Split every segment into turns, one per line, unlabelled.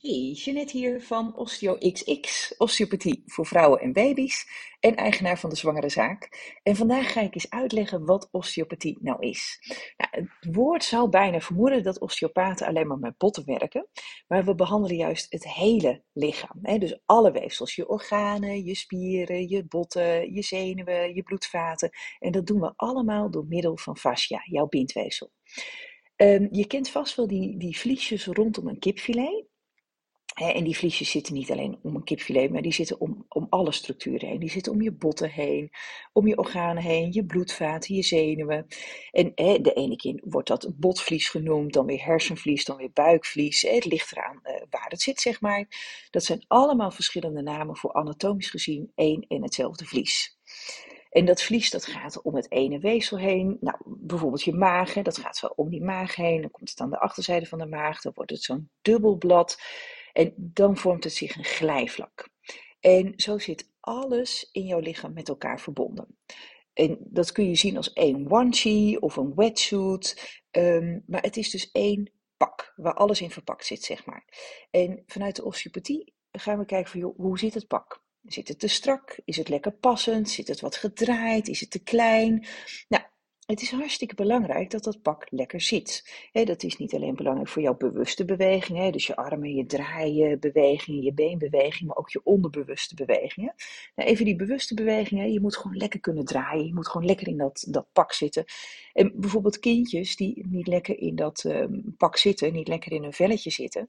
Hey, Jeanette hier van OsteoXX, osteopathie voor vrouwen en baby's en eigenaar van de Zwangere Zaak. En vandaag ga ik eens uitleggen wat osteopathie nou is. Nou, het woord zou bijna vermoeden dat osteopaten alleen maar met botten werken, maar we behandelen juist het hele lichaam. Hè? Dus alle weefsels, je organen, je spieren, je botten, je zenuwen, je bloedvaten. En dat doen we allemaal door middel van fascia, jouw bindweefsel. Je kent vast wel die vliesjes rondom een kipfilet. En die vliesjes zitten niet alleen om een kipfilet, maar die zitten om alle structuren heen. Die zitten om je botten heen, om je organen heen, je bloedvaten, je zenuwen. En de ene keer wordt dat botvlies genoemd, dan weer hersenvlies, dan weer buikvlies. Het ligt eraan waar het zit, zeg maar. Dat zijn allemaal verschillende namen voor anatomisch gezien één en hetzelfde vlies. En dat vlies dat gaat om het ene weefsel heen. Nou, bijvoorbeeld je maag, dat gaat zo om die maag heen. Dan komt het aan de achterzijde van de maag, dan wordt het zo'n dubbelblad. En dan vormt het zich een glijvlak. En zo zit alles in jouw lichaam met elkaar verbonden. En dat kun je zien als één onesie of een wetsuit. Maar het is dus één pak waar alles in verpakt zit, zeg maar. En vanuit de osteopathie gaan we kijken van, joh, hoe zit het pak? Zit het te strak? Is het lekker passend? Zit het wat gedraaid? Is het te klein? Nou, het is hartstikke belangrijk dat dat pak lekker zit. Dat is niet alleen belangrijk voor jouw bewuste bewegingen, dus je armen, je draaien bewegingen, je beenbewegingen, maar ook je onderbewuste bewegingen. Nou, even die bewuste bewegingen, je moet gewoon lekker kunnen draaien, je moet gewoon lekker in dat pak zitten. En bijvoorbeeld kindjes die niet lekker in dat pak zitten, niet lekker in een velletje zitten.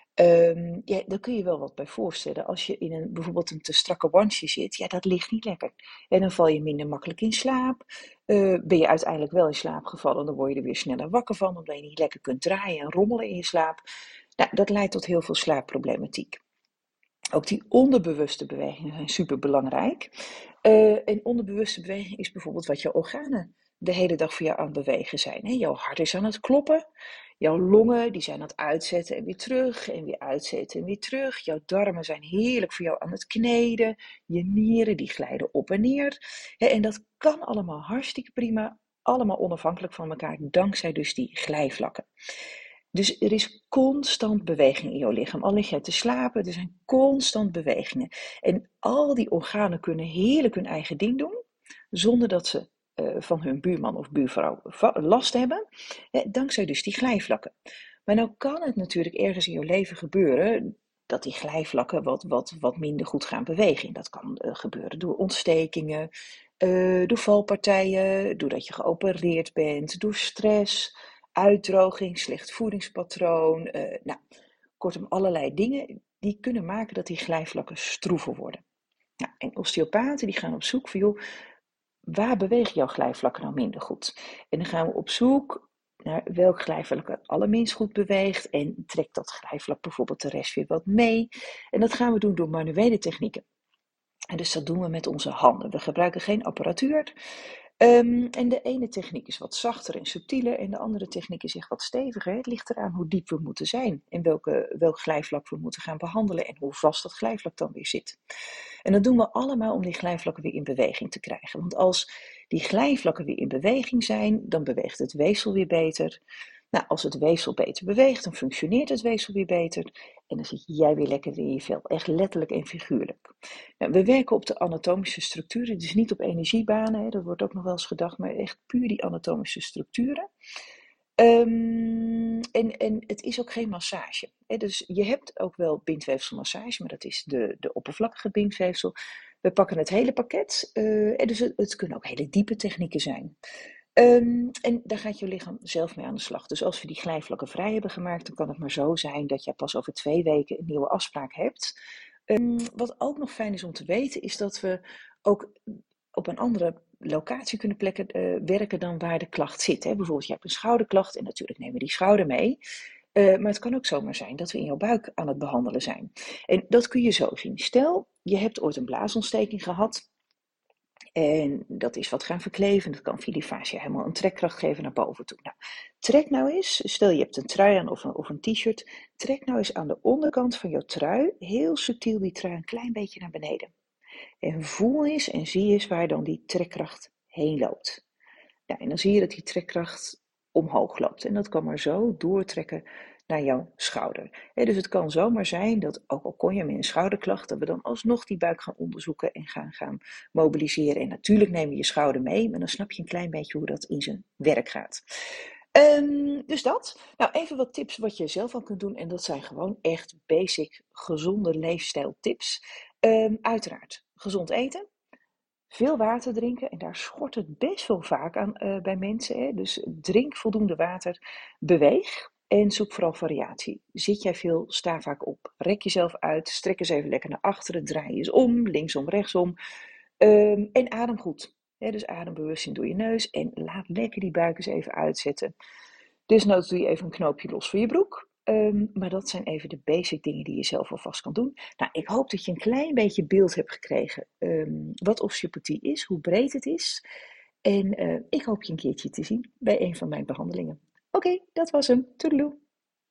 Ja, daar kun je wel wat bij voorstellen. Als je in bijvoorbeeld een te strakke wandje zit, ja, dat ligt niet lekker. En dan val je minder makkelijk in slaap. Ben je uiteindelijk wel in slaap gevallen, dan word je er weer sneller wakker van, omdat je niet lekker kunt draaien en rommelen in je slaap. Nou, dat leidt tot heel veel slaapproblematiek. Ook die onderbewuste bewegingen zijn super belangrijk. En onderbewuste beweging is bijvoorbeeld wat je organen de hele dag voor jou aan het bewegen zijn. Hè? Jouw hart is aan het kloppen. Jouw longen die zijn aan het uitzetten en weer terug. En weer uitzetten en weer terug. Jouw darmen zijn heerlijk voor jou aan het kneden. Je nieren die glijden op en neer. Hè, en dat kan allemaal hartstikke prima. Allemaal onafhankelijk van elkaar. Dankzij dus die glijvlakken. Dus er is constant beweging in jouw lichaam. Al lig jij te slapen, er zijn constant bewegingen. En al die organen kunnen heerlijk hun eigen ding doen, zonder dat ze van hun buurman of buurvrouw last hebben. Dankzij dus die glijvlakken. Maar nou kan het natuurlijk ergens in jouw leven gebeuren dat die glijvlakken wat minder goed gaan bewegen. Dat kan gebeuren door ontstekingen, door valpartijen, doordat je geopereerd bent, door stress, uitdroging, slecht voedingspatroon. Nou, kortom, allerlei dingen die kunnen maken dat die glijvlakken stroever worden. Nou, en osteopaten die gaan op zoek van, joh, waar bewegen jouw glijvlakken nou minder goed? En dan gaan we op zoek naar welk glijvlak het allerminst goed beweegt. En trekt dat glijvlak bijvoorbeeld de rest weer wat mee. En dat gaan we doen door manuele technieken. En dus dat doen we met onze handen. We gebruiken geen apparatuur. En de ene techniek is wat zachter en subtieler en de andere techniek is echt wat steviger. Het ligt eraan hoe diep we moeten zijn en welk glijvlak we moeten gaan behandelen en hoe vast dat glijvlak dan weer zit. En dat doen we allemaal om die glijvlakken weer in beweging te krijgen. Want als die glijvlakken weer in beweging zijn, dan beweegt het weefsel weer beter. Nou, als het weefsel beter beweegt, dan functioneert het weefsel weer beter. En dan zit jij weer lekker in je vel. Echt letterlijk en figuurlijk. Nou, we werken op de anatomische structuren, dus niet op energiebanen, hè, dat wordt ook nog wel eens gedacht, maar echt puur die anatomische structuren. En het is ook geen massage. Hè, dus je hebt ook wel bindweefselmassage, maar dat is de oppervlakkige bindweefsel. We pakken het hele pakket, en dus het kunnen ook hele diepe technieken zijn. En daar gaat je lichaam zelf mee aan de slag. Dus als we die glijvlakken vrij hebben gemaakt, dan kan het maar zo zijn dat jij pas over 2 weken een nieuwe afspraak hebt. Wat ook nog fijn is om te weten, is dat we ook op een andere locatie kunnen werken dan waar de klacht zit. Hè. Bijvoorbeeld, je hebt een schouderklacht en natuurlijk nemen we die schouder mee. Maar het kan ook zomaar zijn dat we in jouw buik aan het behandelen zijn. En dat kun je zo zien. Stel, je hebt ooit een blaasontsteking gehad. En dat is wat gaan verkleven. Dat kan via die fascia helemaal een trekkracht geven naar boven toe. Nou, trek nou eens, stel je hebt een trui aan of een t-shirt. Trek nou eens aan de onderkant van jouw trui, heel subtiel die trui een klein beetje naar beneden. En voel eens en zie eens waar dan die trekkracht heen loopt. Ja, en dan zie je dat die trekkracht omhoog loopt. En dat kan maar zo doortrekken naar jouw schouder. Dus het kan zomaar zijn dat, ook al kon je met een schouderklacht, dat we dan alsnog die buik gaan onderzoeken en gaan mobiliseren. En natuurlijk neem je je schouder mee, maar dan snap je een klein beetje hoe dat in zijn werk gaat. Dus dat. Nou, even wat tips wat je zelf al kunt doen. En dat zijn gewoon echt basic gezonde leefstijltips. Uiteraard gezond eten. Veel water drinken. En daar schort het best wel vaak aan bij mensen. Hè? Dus drink voldoende water. Beweeg. En zoek vooral variatie. Zit jij veel, sta vaak op. Rek jezelf uit. Strek eens even lekker naar achteren. Draai eens om. Linksom, rechtsom. En adem goed. Dus adembewustzijn door je neus. En laat lekker die buik eens even uitzetten. Desnoods doe je even een knoopje los voor je broek. Maar dat zijn even de basic dingen die je zelf alvast kan doen. Nou, ik hoop dat je een klein beetje beeld hebt gekregen wat osteopathie is, hoe breed het is. En ik hoop je een keertje te zien bij een van mijn behandelingen. Oké, dat was hem. Toedeloe.